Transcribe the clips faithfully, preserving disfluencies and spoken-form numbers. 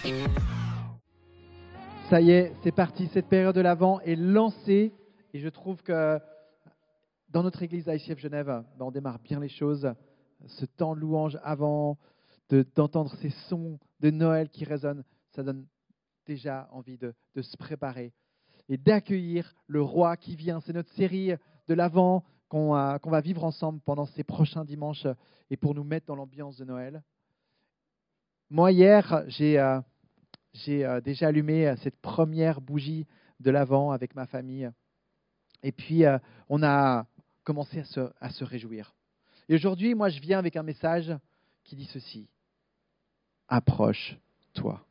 Ça y est, c'est parti. Cette période de l'Avent est lancée. Et je trouve que dans notre église à I C F Genève, ben, on démarre bien les choses. Ce temps de louange avant de, d'entendre ces sons de Noël qui résonnent, ça donne déjà envie de, de se préparer et d'accueillir le roi qui vient. C'est notre série de l'Avent qu'on, a, qu'on va vivre ensemble pendant ces prochains dimanches et pour nous mettre dans l'ambiance de Noël. Moi, hier, j'ai... Euh, J'ai euh, déjà allumé euh, cette première bougie de l'Avent avec ma famille. Et puis, euh, on a commencé à se, à se réjouir. Et aujourd'hui, moi, je viens avec un message qui dit ceci. Approche-toi.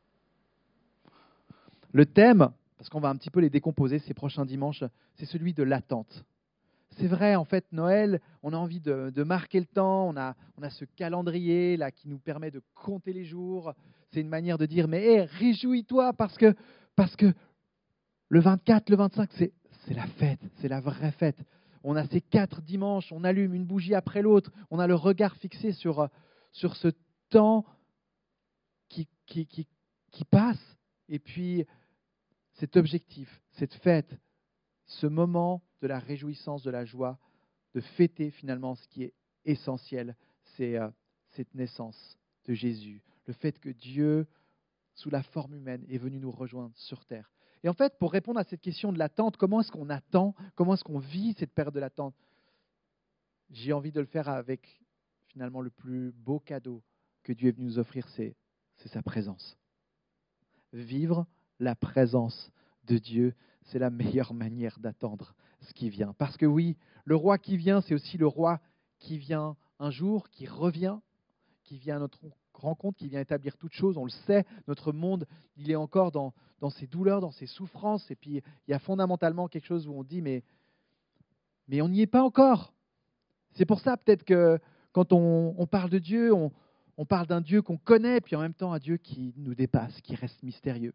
Le thème, parce qu'on va un petit peu les décomposer ces prochains dimanches, c'est celui de l'attente. C'est vrai, en fait, Noël, on a envie de, de marquer le temps, on a, on a ce calendrier là qui nous permet de compter les jours. C'est une manière de dire, mais hey, réjouis-toi parce que, parce que le vingt-quatre, le vingt-cinq, c'est, c'est la fête, c'est la vraie fête. On a ces quatre dimanches, on allume une bougie après l'autre, on a le regard fixé sur, sur ce temps qui, qui, qui, qui passe, et puis cet objectif, cette fête, ce moment de la réjouissance, de la joie, de fêter finalement ce qui est essentiel, c'est euh, cette naissance de Jésus, le fait que Dieu, sous la forme humaine, est venu nous rejoindre sur terre. Et en fait, pour répondre à cette question de l'attente, comment est-ce qu'on attend, comment est-ce qu'on vit cette période de l'attente, j'ai envie de le faire avec finalement le plus beau cadeau que Dieu est venu nous offrir, c'est, c'est sa présence. Vivre la présence de Dieu, c'est la meilleure manière d'attendre ce qui vient. Parce que oui, le roi qui vient, c'est aussi le roi qui vient un jour, qui revient, qui vient à notre rencontre, qui vient établir toutes choses. On le sait, notre monde, il est encore dans, dans ses douleurs, dans ses souffrances. Et puis, il y a fondamentalement quelque chose où on dit, mais, mais on n'y est pas encore. C'est pour ça peut-être que quand on, on parle de Dieu, on, on parle d'un Dieu qu'on connaît, puis en même temps un Dieu qui nous dépasse, qui reste mystérieux.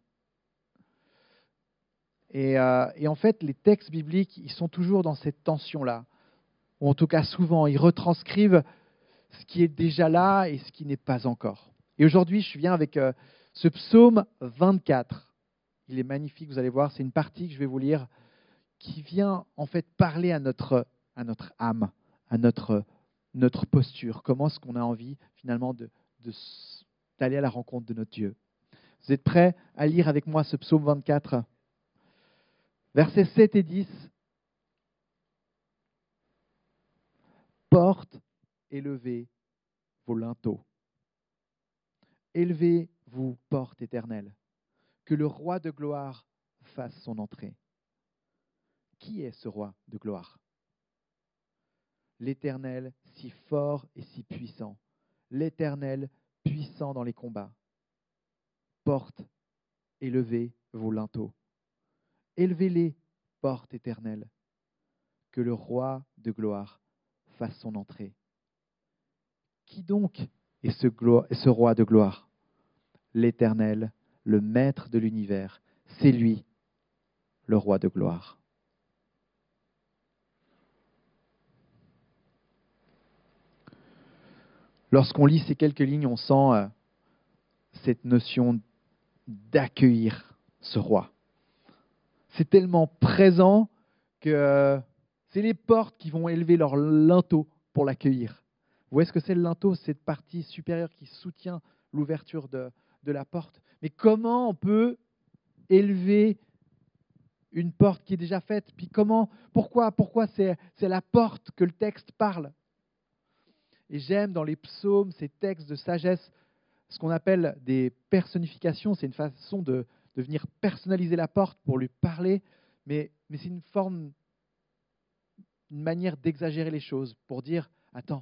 Et, euh, et en fait, les textes bibliques, ils sont toujours dans cette tension-là, ou en tout cas souvent, ils retranscrivent ce qui est déjà là et ce qui n'est pas encore. Et aujourd'hui, je viens avec euh, ce psaume vingt-quatre. Il est magnifique, vous allez voir, c'est une partie que je vais vous lire qui vient en fait parler à notre, à notre âme, à notre, notre posture. Comment est-ce qu'on a envie finalement de, de, d'aller à la rencontre de notre Dieu. Vous êtes prêts à lire avec moi ce psaume vingt-quatre ? Versets sept et dix. Porte, élevez vos linteaux. Élevez-vous, porte éternelle, que le roi de gloire fasse son entrée. Qui est ce roi de gloire ? L'Éternel, si fort et si puissant, l'Éternel, puissant dans les combats. Porte, élevez vos linteaux. Élevez-les, porte éternelle, que le roi de gloire fasse son entrée. Qui donc est ce, glo- ce roi de gloire ? L'Éternel, le maître de l'univers, c'est lui, le roi de gloire. Lorsqu'on lit ces quelques lignes, on sent euh, cette notion d'accueillir ce roi. C'est tellement présent que euh, c'est les portes qui vont élever leur linteau pour l'accueillir. Vous voyez ce que c'est le linteau ? C'est cette partie supérieure qui soutient l'ouverture de, de la porte. Mais comment on peut élever une porte qui est déjà faite ? Puis comment, pourquoi, pourquoi c'est, c'est la porte que le texte parle ? Et j'aime dans les psaumes ces textes de sagesse, ce qu'on appelle des personnifications. C'est une façon de, de venir personnaliser la porte pour lui parler, mais, mais c'est une forme, une manière d'exagérer les choses, pour dire, attends,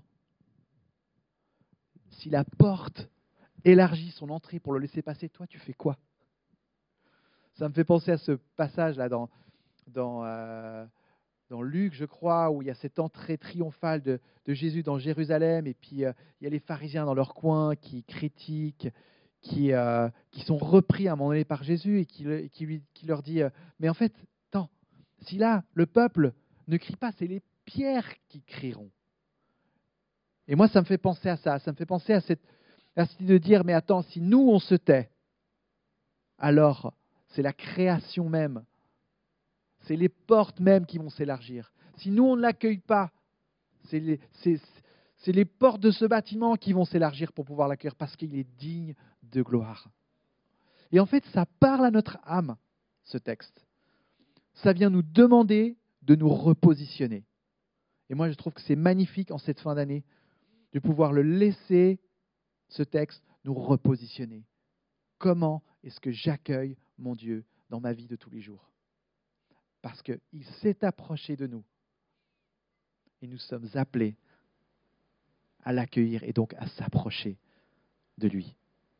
si la porte élargit son entrée pour le laisser passer, toi tu fais quoi ? Ça me fait penser à ce passage-là dans, dans, euh, dans Luc, je crois, où il y a cette entrée triomphale de, de Jésus dans Jérusalem, et puis euh, il y a les pharisiens dans leur coin qui critiquent, qui, euh, qui sont repris à un moment donné par Jésus, et qui, qui, lui, qui leur dit, euh, mais en fait, attends, si là, le peuple ne crie pas, c'est les pierres qui crieront. Et moi, ça me fait penser à ça, ça me fait penser à cette, à cette idée de dire, mais attends, si nous, on se tait, alors c'est la création même, c'est les portes même qui vont s'élargir. Si nous, on ne l'accueille pas, c'est les, c'est, c'est les portes de ce bâtiment qui vont s'élargir pour pouvoir l'accueillir parce qu'il est digne de gloire. Et en fait, ça parle à notre âme, ce texte. Ça vient nous demander de nous repositionner. Et moi, je trouve que c'est magnifique en cette fin d'année de pouvoir le laisser, ce texte, nous repositionner. Comment est-ce que j'accueille mon Dieu dans ma vie de tous les jours? Parce qu'il s'est approché de nous. Et nous sommes appelés à l'accueillir et donc à s'approcher de lui.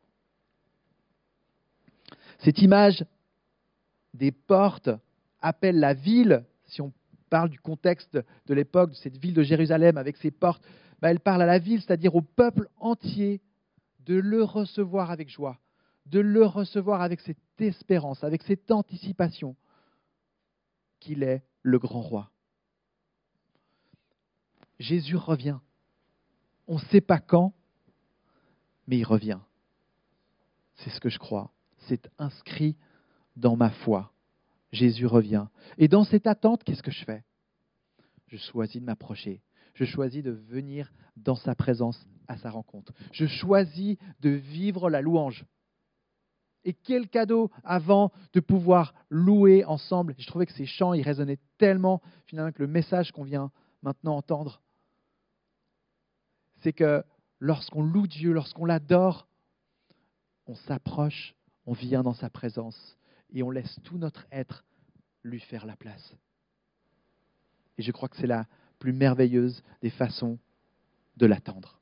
Cette image des portes appelle la ville, si on parle du contexte de l'époque, de cette ville de Jérusalem avec ses portes, ben elle parle à la ville, c'est-à-dire au peuple entier, de le recevoir avec joie, de le recevoir avec cette espérance, avec cette anticipation qu'il est le grand roi. Jésus revient. On ne sait pas quand, mais il revient. C'est ce que je crois. C'est inscrit dans ma foi. Jésus revient. Et dans cette attente, qu'est-ce que je fais? Je choisis de m'approcher. Je choisis de venir dans sa présence, à sa rencontre. Je choisis de vivre la louange. Et quel cadeau avant de pouvoir louer ensemble. Je trouvais que ces chants, ils résonnaient tellement finalement avec le message qu'on vient maintenant entendre. C'est que lorsqu'on loue Dieu, lorsqu'on l'adore, on s'approche, on vient dans sa présence et on laisse tout notre être lui faire la place. Et je crois que c'est la plus merveilleuse des façons de l'attendre.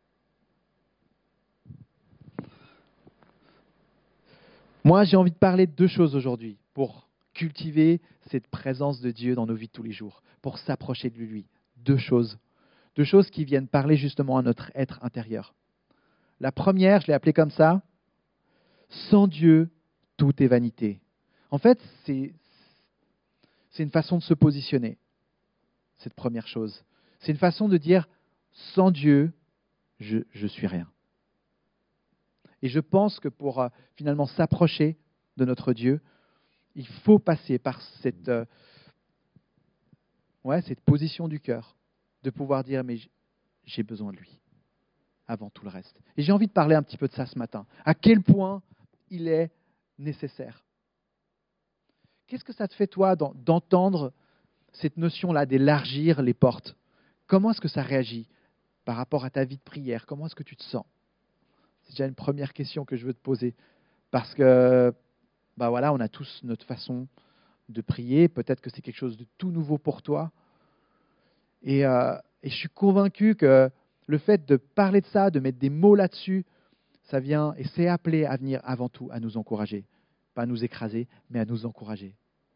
Moi, j'ai envie de parler de deux choses aujourd'hui pour cultiver cette présence de Dieu dans nos vies de tous les jours, pour s'approcher de lui. Deux choses. Deux choses qui viennent parler justement à notre être intérieur. La première, je l'ai appelée comme ça, sans Dieu, tout est vanité. En fait, c'est, c'est une façon de se positionner, cette première chose. C'est une façon de dire, sans Dieu, je ne suis rien. Et je pense que pour euh, finalement s'approcher de notre Dieu, il faut passer par cette, euh, ouais, cette position du cœur, de pouvoir dire, mais j'ai besoin de lui, avant tout le reste. Et j'ai envie de parler un petit peu de ça ce matin. À quel point il est nécessaire. Qu'est-ce que ça te fait, toi, d'entendre cette notion-là d'élargir les portes? Comment est-ce que ça réagit par rapport à ta vie de prière? Comment est-ce que tu te sens? C'est déjà une première question que je veux te poser. Parce que, bah voilà, on a tous notre façon de prier. Peut-être que c'est quelque chose de tout nouveau pour toi. Et, euh, et je suis convaincu que le fait de parler de ça, de mettre des mots là-dessus, ça vient et c'est appelé à venir avant tout à nous encourager. Pas à nous écraser, mais à nous encourager.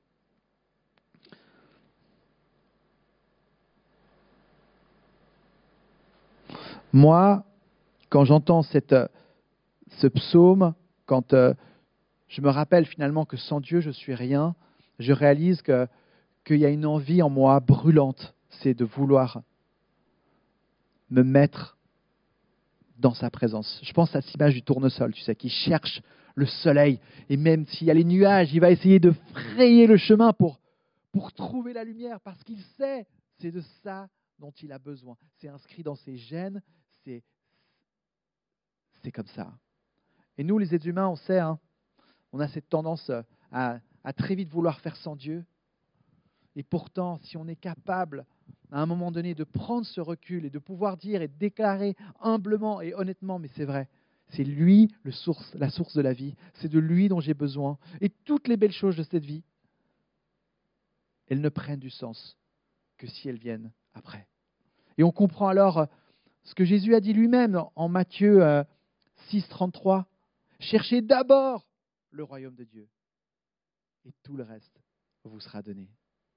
Moi, quand j'entends cette, ce psaume, quand euh, je me rappelle finalement que sans Dieu, je suis rien, je réalise que, qu'il y a une envie en moi brûlante, c'est de vouloir me mettre dans sa présence. Je pense à cette image du tournesol, tu sais, qui cherche le soleil, et même s'il y a les nuages, il va essayer de frayer le chemin pour, pour trouver la lumière, parce qu'il sait, c'est de ça dont il a besoin. C'est inscrit dans ses gènes, c'est, c'est comme ça. Et nous, les êtres humains, on sait, hein, on a cette tendance à, à très vite vouloir faire sans Dieu. Et pourtant, si on est capable, à un moment donné, de prendre ce recul et de pouvoir dire et déclarer humblement et honnêtement, mais c'est vrai, c'est lui le source, la source de la vie, c'est de lui dont j'ai besoin. Et toutes les belles choses de cette vie, elles ne prennent du sens que si elles viennent après. Et on comprend alors ce que Jésus a dit lui-même en Matthieu six, trente-trois. Cherchez d'abord le royaume de Dieu et tout le reste vous sera donné.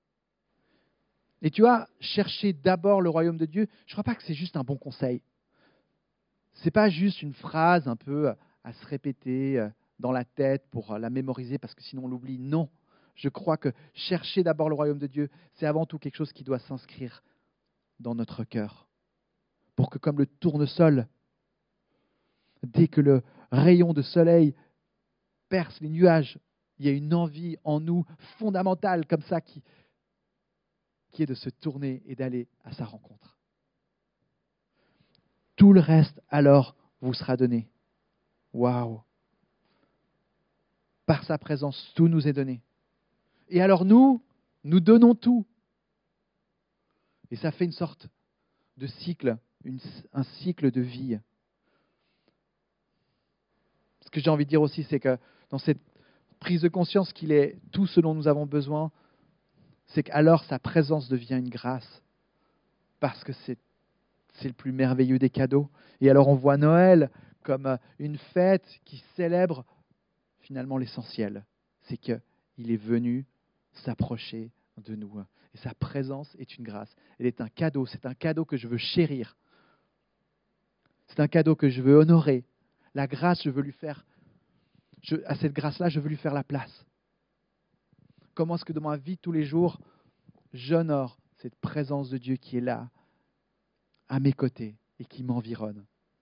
Et tu vois, chercher d'abord le royaume de Dieu, je ne crois pas que c'est juste un bon conseil. Ce n'est pas juste une phrase un peu à se répéter dans la tête pour la mémoriser parce que sinon on l'oublie. Non, je crois que chercher d'abord le royaume de Dieu, c'est avant tout quelque chose qui doit s'inscrire dans notre cœur. Pour que comme le tournesol, dès que le rayon de soleil perce les nuages il y a une envie en nous fondamentale comme ça qui, qui est de se tourner et d'aller à sa rencontre. Tout le reste alors vous sera donné. Waouh! Par sa présence, tout nous est donné. Et alors nous, nous donnons tout. Et ça fait une sorte de cycle, une, un cycle de vie. Ce que j'ai envie de dire aussi, c'est que dans cette prise de conscience qu'il est tout ce dont nous avons besoin, c'est qu'alors sa présence devient une grâce, parce que c'est, c'est le plus merveilleux des cadeaux. Et alors on voit Noël comme une fête qui célèbre finalement l'essentiel, c'est qu'il est venu s'approcher de nous. Et sa présence est une grâce. Elle est un cadeau, c'est un cadeau que je veux chérir. C'est un cadeau que je veux honorer. La grâce, je veux lui faire, je, à cette grâce-là, je veux lui faire la place. Comment est-ce que dans ma vie tous les jours, j'honore cette présence de Dieu qui est là, à mes côtés et qui m'environne.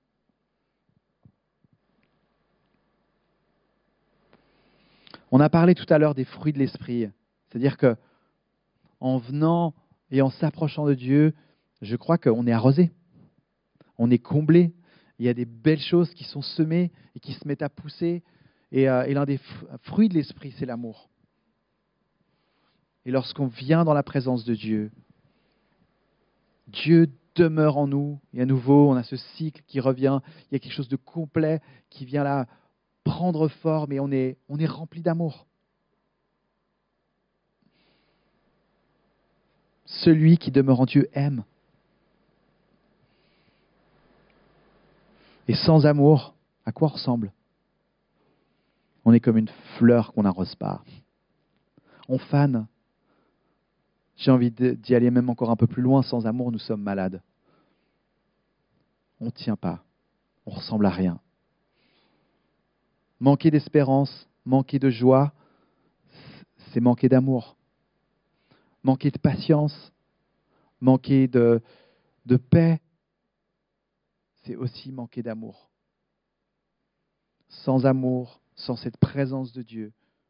On a parlé tout à l'heure des fruits de l'esprit. C'est-à-dire que en venant et en s'approchant de Dieu, je crois qu'on est arrosé, on est comblé. Il y a des belles choses qui sont semées et qui se mettent à pousser. Et, euh, et l'un des fruits de l'esprit, c'est l'amour. Et lorsqu'on vient dans la présence de Dieu, Dieu demeure en nous. Et à nouveau, on a ce cycle qui revient. Il y a quelque chose de complet qui vient là prendre forme et on est, on est rempli d'amour. Celui qui demeure en Dieu aime. Et sans amour, à quoi on ressemble? On est comme une fleur qu'on n'arrose pas. On fane. J'ai envie d'y aller même encore un peu plus loin. Sans amour, nous sommes malades. On ne tient pas. On ne ressemble à rien. Manquer d'espérance, manquer de joie, c'est manquer d'amour. Manquer de patience, manquer de, de paix, c'est aussi manquer d'amour. Sans amour, sans cette présence de Dieu,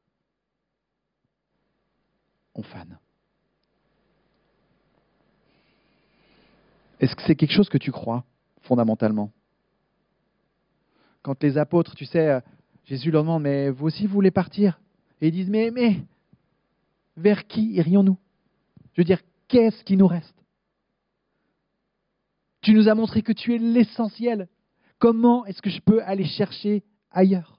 on fane. Est-ce que c'est quelque chose que tu crois, fondamentalement? Quand les apôtres, tu sais, Jésus leur demande, mais vous aussi vous voulez partir? Et ils disent, mais, mais, vers qui irions-nous? Je veux dire, qu'est-ce qui nous reste? Tu nous as montré que tu es l'essentiel. Comment est-ce que je peux aller chercher ailleurs?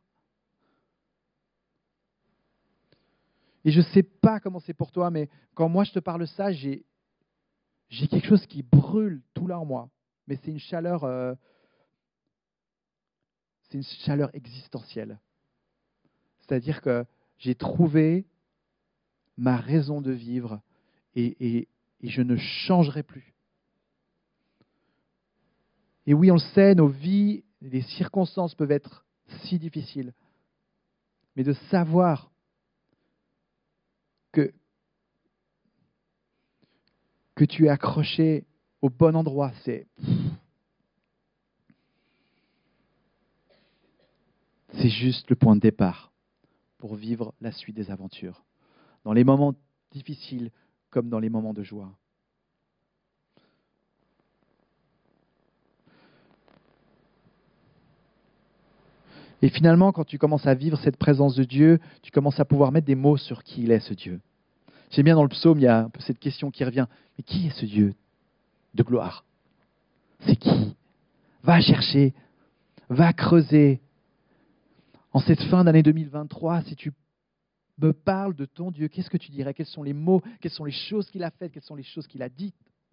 Et je ne sais pas comment c'est pour toi, mais quand moi je te parle ça, j'ai, j'ai quelque chose qui brûle tout là en moi. Mais c'est une chaleur, euh, c'est une chaleur existentielle. C'est-à-dire que j'ai trouvé ma raison de vivre et, et, et je ne changerai plus. Et oui, on le sait, nos vies, les circonstances peuvent être si difficiles. Mais de savoir que, que tu es accroché au bon endroit, c'est, c'est juste le point de départ pour vivre la suite des aventures. Dans les moments difficiles comme dans les moments de joie. Et finalement, quand tu commences à vivre cette présence de Dieu, tu commences à pouvoir mettre des mots sur qui il est, ce Dieu. J'aime bien dans le psaume, il y a un peu cette question qui revient. Mais qui est ce Dieu de gloire? C'est qui? Va chercher, va creuser. En cette fin d'année deux mille vingt-trois, si tu me parles de ton Dieu, qu'est-ce que tu dirais? Quels sont les mots? Quelles sont les choses qu'il a faites? Quelles sont les choses qu'il a dites?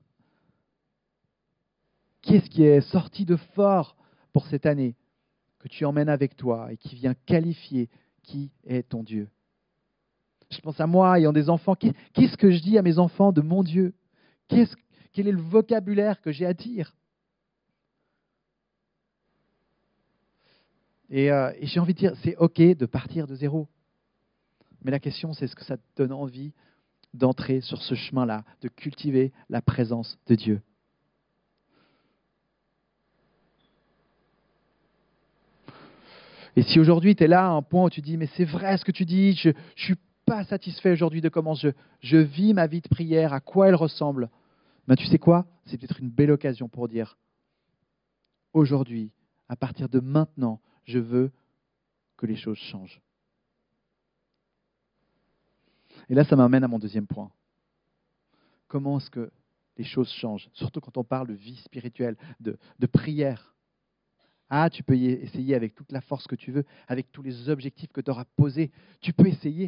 Qu'est-ce qui est sorti de fort pour cette année que tu emmènes avec toi et qui vient qualifier qui est ton Dieu? Je pense à moi ayant des enfants. Qu'est-ce que je dis à mes enfants de mon Dieu? Qu'est-ce, quel est le vocabulaire que j'ai à dire? Et, euh, et j'ai envie de dire, c'est OK de partir de zéro. Mais la question, c'est est-ce que ça te donne envie d'entrer sur ce chemin-là, de cultiver la présence de Dieu? Et si aujourd'hui tu es là à un point où tu dis, mais c'est vrai ce que tu dis, je ne suis pas satisfait aujourd'hui de comment je, je vis ma vie de prière, à quoi elle ressemble, ben tu sais quoi? C'est peut-être une belle occasion pour dire, aujourd'hui, à partir de maintenant, je veux que les choses changent. Et là, ça m'amène à mon deuxième point. Comment est-ce que les choses changent? Surtout quand on parle de vie spirituelle, de, de prière. Ah, tu peux y essayer avec toute la force que tu veux, avec tous les objectifs que tu auras posés. Tu peux essayer.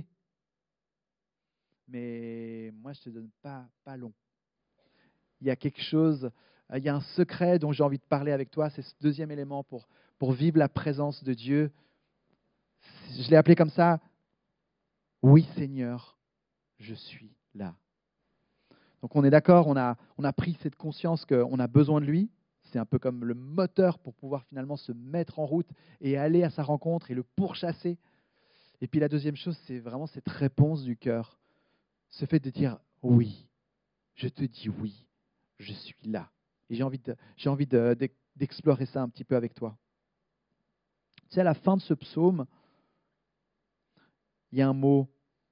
Mais moi, je ne te donne pas, pas long. Il y a quelque chose, il y a un secret dont j'ai envie de parler avec toi. C'est ce deuxième élément pour, pour vivre la présence de Dieu. Je l'ai appelé comme ça. Oui, Seigneur, je suis là. Donc on est d'accord, on a, on a pris cette conscience qu'on a besoin de lui. C'est un peu comme le moteur pour pouvoir finalement se mettre en route et aller à sa rencontre et le pourchasser. Et puis la deuxième chose, c'est vraiment cette réponse du cœur. Ce fait de dire oui, je te dis oui, je suis là. Et j'ai envie, de, j'ai envie de, de, d'explorer ça un petit peu avec toi. Tu sais, à la fin de ce psaume, il y a un mot.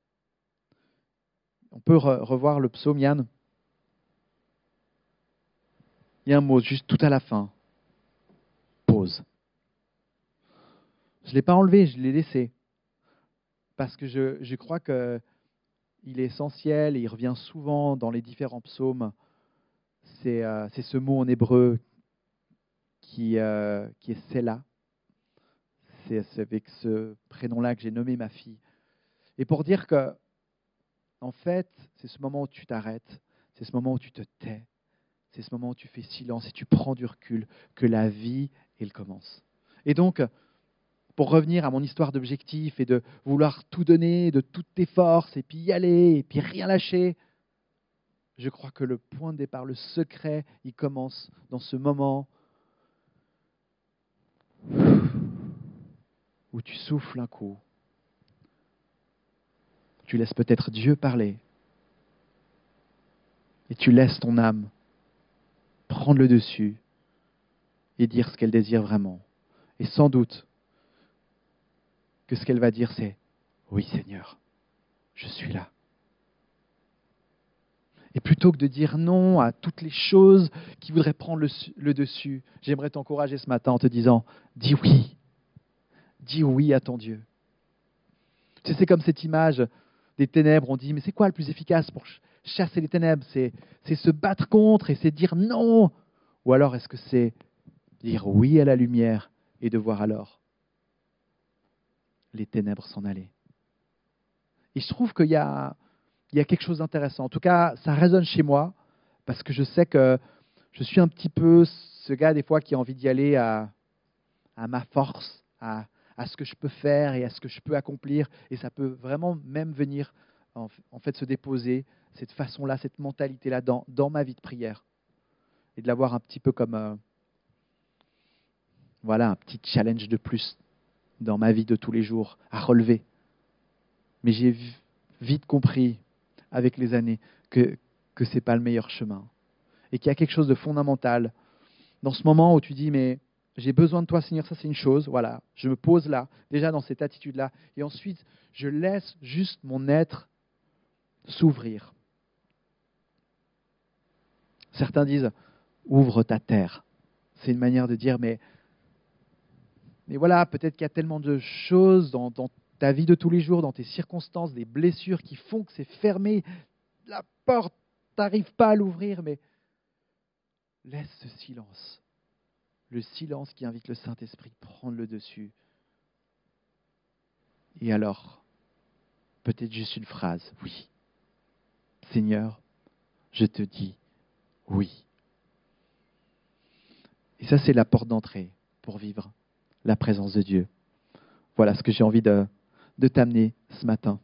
On peut re- revoir le psaume, Yann. Il y a un mot juste tout à la fin. Pause. Je ne l'ai pas enlevé, je l'ai laissé. Parce que je, je crois qu'il est essentiel et il revient souvent dans les différents psaumes. C'est, euh, c'est ce mot en hébreu qui, euh, qui est Sélah. C'est, c'est avec ce prénom-là que j'ai nommé ma fille. Et pour dire que, en fait, c'est ce moment où tu t'arrêtes, c'est ce moment où tu te tais, c'est ce moment où tu fais silence et tu prends du recul, que la vie, elle commence. Et donc, pour revenir à mon histoire d'objectif et de vouloir tout donner, de toutes tes forces, et puis y aller, et puis rien lâcher, je crois que le point de départ, le secret, il commence dans ce moment où tu souffles un coup. Tu laisses peut-être Dieu parler. Et tu laisses ton âme prendre le dessus et dire ce qu'elle désire vraiment. Et sans doute que ce qu'elle va dire, c'est « Oui Seigneur, je suis là ». Et plutôt que de dire non à toutes les choses qui voudraient prendre le, le dessus, j'aimerais t'encourager ce matin en te disant « Dis oui, dis oui à ton Dieu ». Tu sais, c'est comme cette image des ténèbres, on dit « Mais c'est quoi le plus efficace pour chasser les ténèbres? C'est, c'est se battre contre et c'est dire non ». Ou alors est-ce que c'est dire oui à la lumière et de voir alors les ténèbres s'en aller? Et je trouve qu'il y a, il y a quelque chose d'intéressant. En tout cas, ça résonne chez moi parce que je sais que je suis un petit peu ce gars des fois qui a envie d'y aller à, à ma force, à, à ce que je peux faire et à ce que je peux accomplir. Et ça peut vraiment même venir en, en fait se déposer cette façon-là, cette mentalité-là dans, dans ma vie de prière. Et de l'avoir un petit peu comme euh, voilà, un petit challenge de plus dans ma vie de tous les jours à relever. Mais j'ai vite compris avec les années que que ce n'est pas le meilleur chemin. Et qu'il y a quelque chose de fondamental dans ce moment où tu dis, mais j'ai besoin de toi, Seigneur, ça c'est une chose, voilà, je me pose là, déjà dans cette attitude-là, et ensuite je laisse juste mon être s'ouvrir. Certains disent, ouvre ta terre. C'est une manière de dire, mais, mais voilà, peut-être qu'il y a tellement de choses dans, dans ta vie de tous les jours, dans tes circonstances, des blessures qui font que c'est fermé, la porte, tu n'arrives pas à l'ouvrir, mais laisse ce silence. Le silence qui invite le Saint-Esprit à prendre le dessus. Et alors, peut-être juste une phrase, oui. Seigneur, je te dis oui. Et ça, c'est la porte d'entrée pour vivre la présence de Dieu. Voilà ce que j'ai envie de, de t'amener ce matin.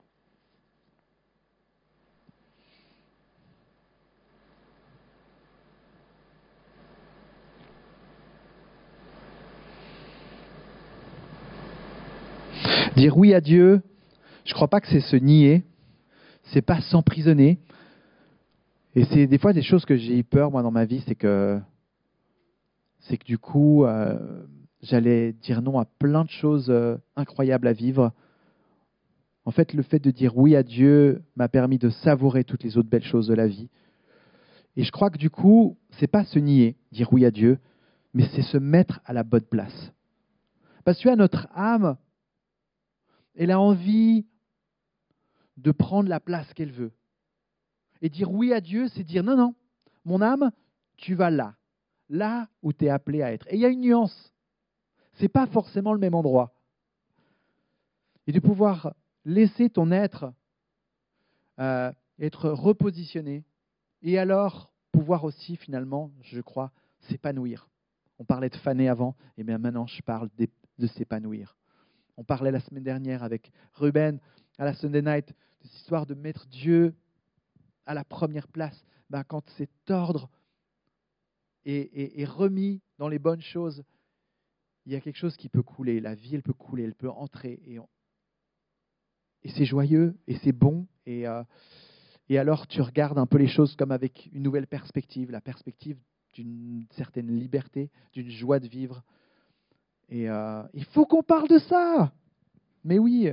Dire oui à Dieu, je ne crois pas que c'est se nier, c'est pas s'emprisonner. Et c'est des fois des choses que j'ai eu peur, moi, dans ma vie, c'est que, c'est que du coup, euh, j'allais dire non à plein de choses euh, incroyables à vivre. En fait, le fait de dire oui à Dieu m'a permis de savourer toutes les autres belles choses de la vie. Et je crois que du coup, c'est pas se nier, dire oui à Dieu, mais c'est se mettre à la bonne place. Parce que tu vois, notre âme, elle a envie de prendre la place qu'elle veut. Et dire oui à Dieu, c'est dire non, non, mon âme, tu vas là, là où tu es appelé à être. Et il y a une nuance. Ce n'est pas forcément le même endroit. Et de pouvoir laisser ton être euh, être repositionné et alors pouvoir aussi finalement, je crois, s'épanouir. On parlait de faner avant, et bien maintenant je parle de, de s'épanouir. On parlait la semaine dernière avec Ruben à la Sunday Night de cette histoire de mettre Dieu à la première place. Ben, quand cet ordre est, est, est remis dans les bonnes choses, il y a quelque chose qui peut couler. La vie, elle peut couler, elle peut entrer. Et, on... et c'est joyeux, et c'est bon. Et, euh, et alors, tu regardes un peu les choses comme avec une nouvelle perspective, la perspective d'une certaine liberté, d'une joie de vivre. Et euh, il faut qu'on parle de ça. Mais oui.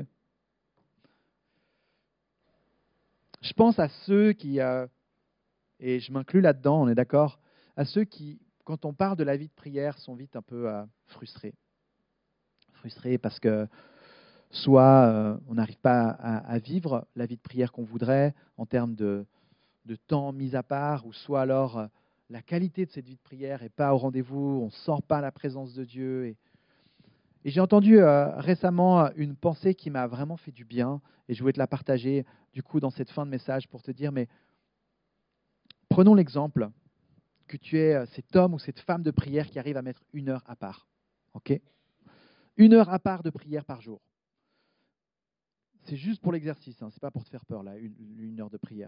Je pense à ceux qui, euh, et je m'inclus là-dedans, on est d'accord, à ceux qui, quand on parle de la vie de prière, sont vite un peu euh, frustrés. Frustrés parce que soit euh, on n'arrive pas à, à vivre la vie de prière qu'on voudrait en termes de, de temps mis à part, ou soit alors euh, la qualité de cette vie de prière n'est pas au rendez-vous, on ne sent pas la présence de Dieu. Et, et j'ai entendu euh, récemment une pensée qui m'a vraiment fait du bien, et je voulais te la partager du coup dans cette fin de message pour te dire, mais prenons l'exemple que tu es cet homme ou cette femme de prière qui arrive à mettre une heure à part. Ok ? Une heure à part de prière par jour. C'est juste pour l'exercice, hein, ce n'est pas pour te faire peur, là, une, une heure de prière.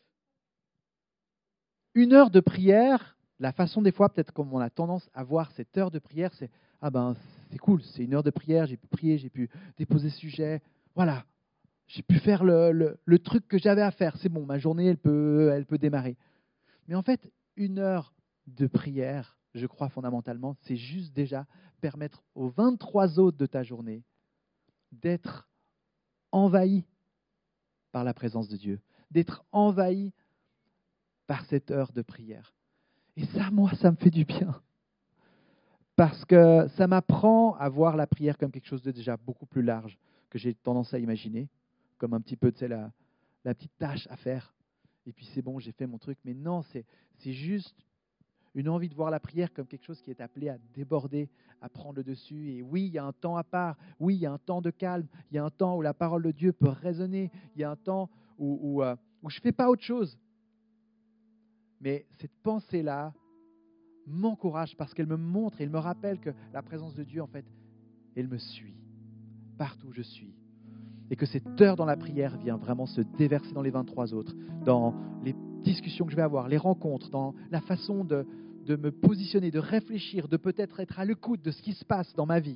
Une heure de prière, la façon des fois, peut-être comme on a tendance à voir cette heure de prière, c'est « Ah ben, c'est cool, c'est une heure de prière, j'ai pu prier, j'ai pu déposer sujet, voilà, j'ai pu faire le, le, le truc que j'avais à faire, c'est bon, ma journée, elle peut, elle peut démarrer. » Mais en fait, une heure de prière, je crois fondamentalement, c'est juste déjà permettre aux vingt-trois autres de ta journée d'être envahis par la présence de Dieu, d'être envahis par cette heure de prière. Et ça, moi, ça me fait du bien. Parce que ça m'apprend à voir la prière comme quelque chose de déjà beaucoup plus large que j'ai tendance à imaginer, comme un petit peu, tu sais, la, la petite tâche à faire. Et puis c'est bon, j'ai fait mon truc. Mais non, c'est, c'est juste une envie de voir la prière comme quelque chose qui est appelé à déborder, à prendre le dessus. Et oui, il y a un temps à part. Oui, il y a un temps de calme. Il y a un temps où la parole de Dieu peut résonner. Il y a un temps où, où, euh, où je ne fais pas autre chose. Mais cette pensée-là m'encourage parce qu'elle me montre et elle me rappelle que la présence de Dieu, en fait, elle me suit partout où je suis. Et que cette heure dans la prière vient vraiment se déverser dans les vingt-trois autres, dans les discussions que je vais avoir, les rencontres, dans la façon de, de me positionner, de réfléchir, de peut-être être à l'écoute de ce qui se passe dans ma vie.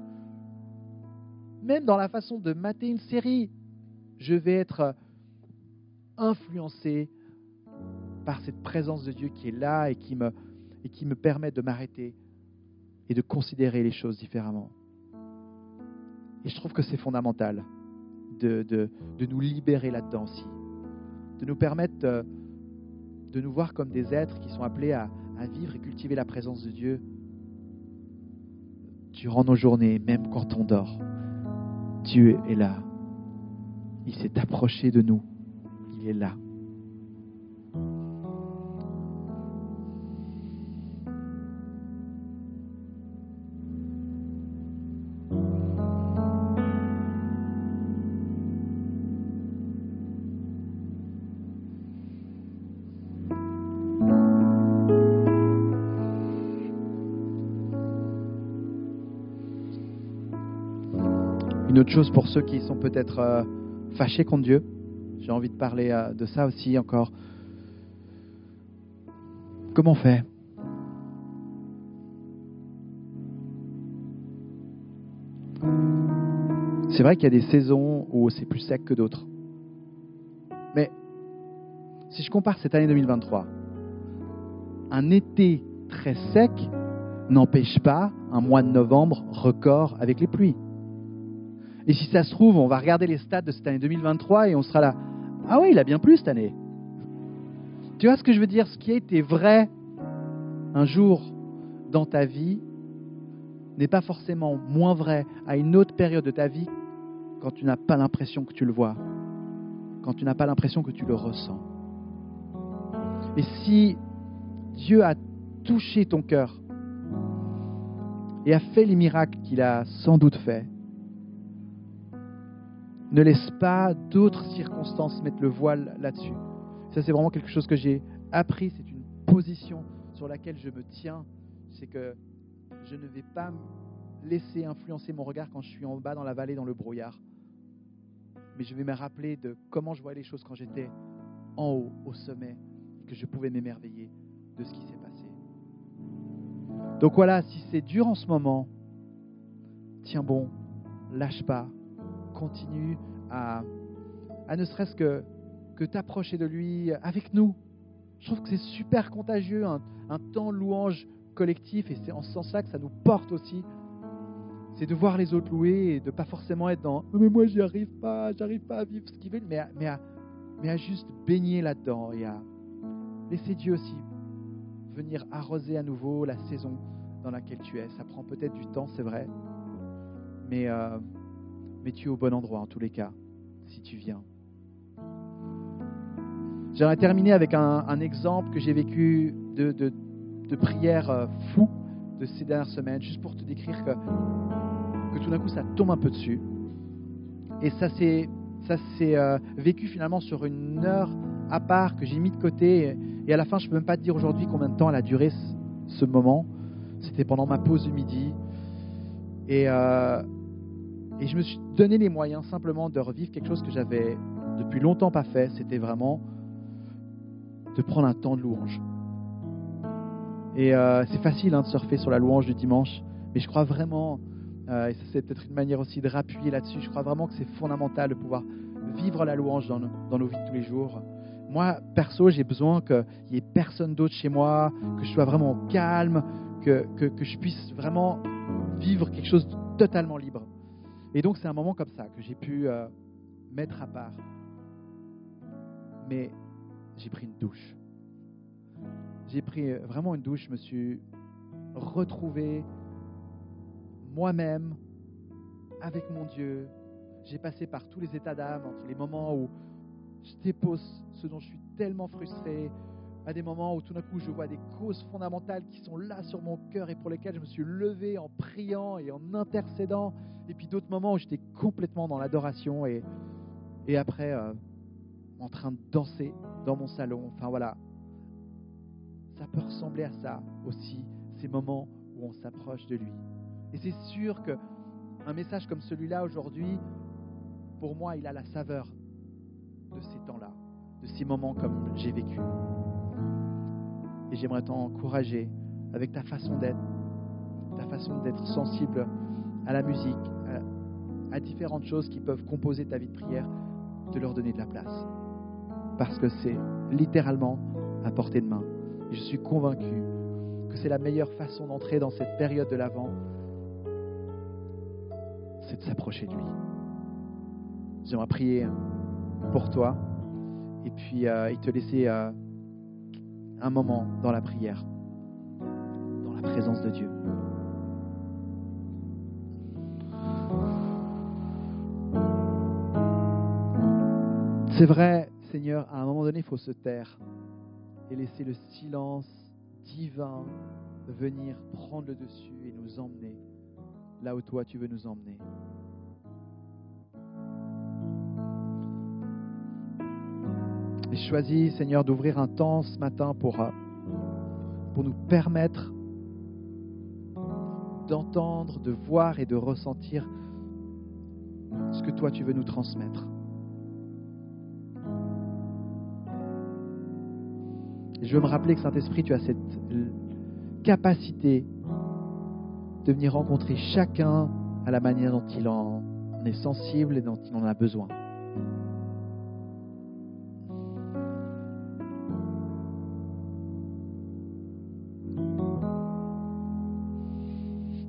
Même dans la façon de mater une série, je vais être influencé par cette présence de Dieu qui est là et qui me, et qui me permet de m'arrêter et de considérer les choses différemment. Et je trouve que c'est fondamental de, de, de nous libérer là-dedans aussi, de nous permettre de, de nous voir comme des êtres qui sont appelés à, à vivre et cultiver la présence de Dieu durant nos journées, même quand on dort. Dieu est là. Il s'est approché de nous. Il est là. Une autre chose pour ceux qui sont peut-être euh, fâchés contre Dieu, j'ai envie de parler euh, de ça aussi encore. Comment on fait ? C'est vrai qu'il y a des saisons où c'est plus sec que d'autres. Mais si je compare cette année deux mille vingt-trois, un été très sec n'empêche pas un mois de novembre record avec les pluies. Et si ça se trouve, on va regarder les stats de cette année deux mille vingt-trois et on sera là. Ah oui, il a bien plu cette année. Tu vois ce que je veux dire? Ce qui a été vrai un jour dans ta vie n'est pas forcément moins vrai à une autre période de ta vie quand tu n'as pas l'impression que tu le vois, quand tu n'as pas l'impression que tu le ressens. Et si Dieu a touché ton cœur et a fait les miracles qu'il a sans doute fait, ne laisse pas d'autres circonstances mettre le voile là-dessus. Ça, c'est vraiment quelque chose que j'ai appris. C'est une position sur laquelle je me tiens. C'est que je ne vais pas me laisser influencer mon regard quand je suis en bas dans la vallée, dans le brouillard. Mais je vais me rappeler de comment je voyais les choses quand j'étais en haut, au sommet, et que je pouvais m'émerveiller de ce qui s'est passé. Donc voilà, si c'est dur en ce moment, tiens bon, lâche pas, continue à, à ne serait-ce que, que t'approcher de lui avec nous. Je trouve que c'est super contagieux, un, un temps louange collectif, et c'est en ce sens-là que ça nous porte aussi. C'est de voir les autres louer et de ne pas forcément être dans oh, « mais moi j'y arrive pas, j'arrive pas à vivre ce qu'ils veulent », mais à, mais, à, mais à juste baigner là-dedans et à laisser Dieu aussi venir arroser à nouveau la saison dans laquelle tu es. Ça prend peut-être du temps, c'est vrai, mais, euh, mais tu es au bon endroit en tous les cas, si tu viens. J'aimerais terminer avec un, un exemple que j'ai vécu de, de, de prière euh, fou de ces dernières semaines, juste pour te décrire que, que tout d'un coup ça tombe un peu dessus. Et ça s'est, ça s'est euh, vécu finalement sur une heure à part que j'ai mis de côté. Et, et à la fin, je ne peux même pas te dire aujourd'hui combien de temps elle a duré ce, ce moment. C'était pendant ma pause du midi. Et, euh, et je me suis donné les moyens simplement de revivre quelque chose que j'avais depuis longtemps pas fait. C'était vraiment de prendre un temps de louange. Et euh, c'est facile hein, de surfer sur la louange du dimanche, mais je crois vraiment, euh, et ça c'est peut-être une manière aussi de rappuyer là-dessus, je crois vraiment que c'est fondamental de pouvoir vivre la louange dans nos, dans nos vies de tous les jours. Moi, perso, j'ai besoin qu'il n'y ait personne d'autre chez moi, que je sois vraiment calme, que, que, que je puisse vraiment vivre quelque chose de totalement libre. Et donc c'est un moment comme ça que j'ai pu euh, mettre à part. Mais j'ai pris une douche. J'ai pris vraiment une douche, je me suis retrouvé moi-même avec mon Dieu. J'ai passé par tous les états d'âme, entre les moments où je dépose ce dont je suis tellement frustré, à des moments où tout d'un coup je vois des causes fondamentales qui sont là sur mon cœur et pour lesquelles je me suis levé en priant et en intercédant, et puis d'autres moments où j'étais complètement dans l'adoration et, et après euh, en train de danser dans mon salon. Enfin voilà. Ça peut ressembler à ça aussi, ces moments où on s'approche de lui. Et c'est sûr qu'un message comme celui-là aujourd'hui, pour moi, il a la saveur de ces temps-là, de ces moments comme j'ai vécu. Et j'aimerais t'encourager avec ta façon d'être, ta façon d'être sensible à la musique, à, à différentes choses qui peuvent composer ta vie de prière, de leur donner de la place. Parce que c'est littéralement à portée de main. Et je suis convaincu que c'est la meilleure façon d'entrer dans cette période de l'Avent, c'est de s'approcher de lui. J'aimerais prier pour toi et puis euh, et te laisser euh, un moment dans la prière, dans la présence de Dieu. C'est vrai, Seigneur, à un moment donné, il faut se taire et laisser le silence divin venir prendre le dessus et nous emmener là où toi tu veux nous emmener. Et je choisis, Seigneur, d'ouvrir un temps ce matin pour, pour nous permettre d'entendre, de voir et de ressentir ce que toi tu veux nous transmettre. Et je veux me rappeler que Saint-Esprit, tu as cette capacité de venir rencontrer chacun à la manière dont il en est sensible et dont il en a besoin.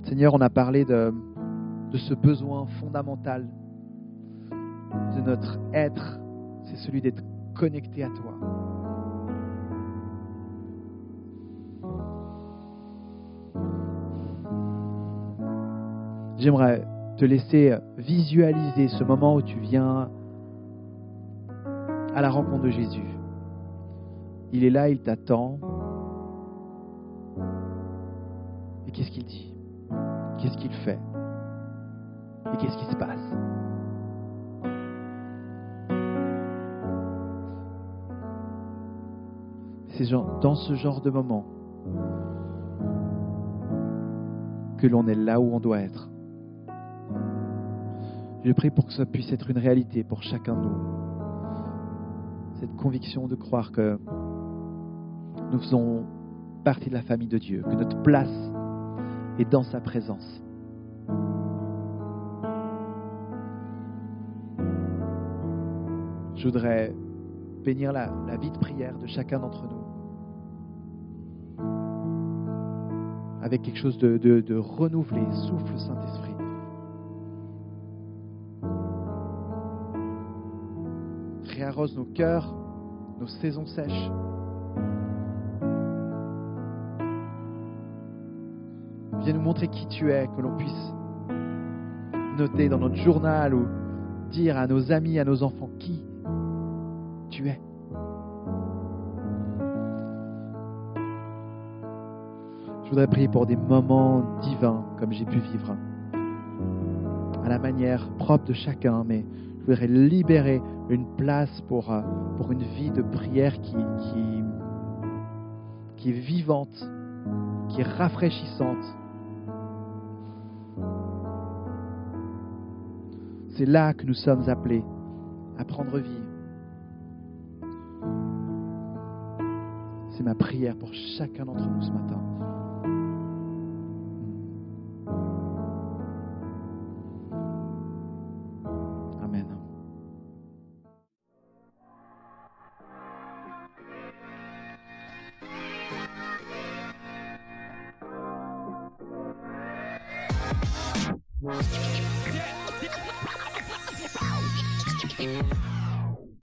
Seigneur, on a parlé de, de ce besoin fondamental de notre être, c'est celui d'être connecté à toi. J'aimerais te laisser visualiser ce moment où tu viens à la rencontre de Jésus. Il est là, il t'attend. Et qu'est-ce qu'il dit? Qu'est-ce qu'il fait? Et qu'est-ce qui se passe? C'est dans ce genre de moment que l'on est là où on doit être. Je prie pour que ça puisse être une réalité pour chacun de nous. Cette conviction de croire que nous faisons partie de la famille de Dieu, que notre place est dans sa présence. Je voudrais bénir la, la vie de prière de chacun d'entre nous avec quelque chose de, de, de renouvelé. Souffle, Saint-Esprit. Réarrose nos cœurs, nos saisons sèches. Viens nous montrer qui tu es, que l'on puisse noter dans notre journal ou dire à nos amis, à nos enfants qui tu es. Je voudrais prier pour des moments divins comme j'ai pu vivre, à la manière propre de chacun, mais je voudrais libérer une place pour, pour une vie de prière qui, qui, qui est vivante, qui est rafraîchissante. C'est là que nous sommes appelés à prendre vie. C'est ma prière pour chacun d'entre nous ce matin. Amen. Yeah.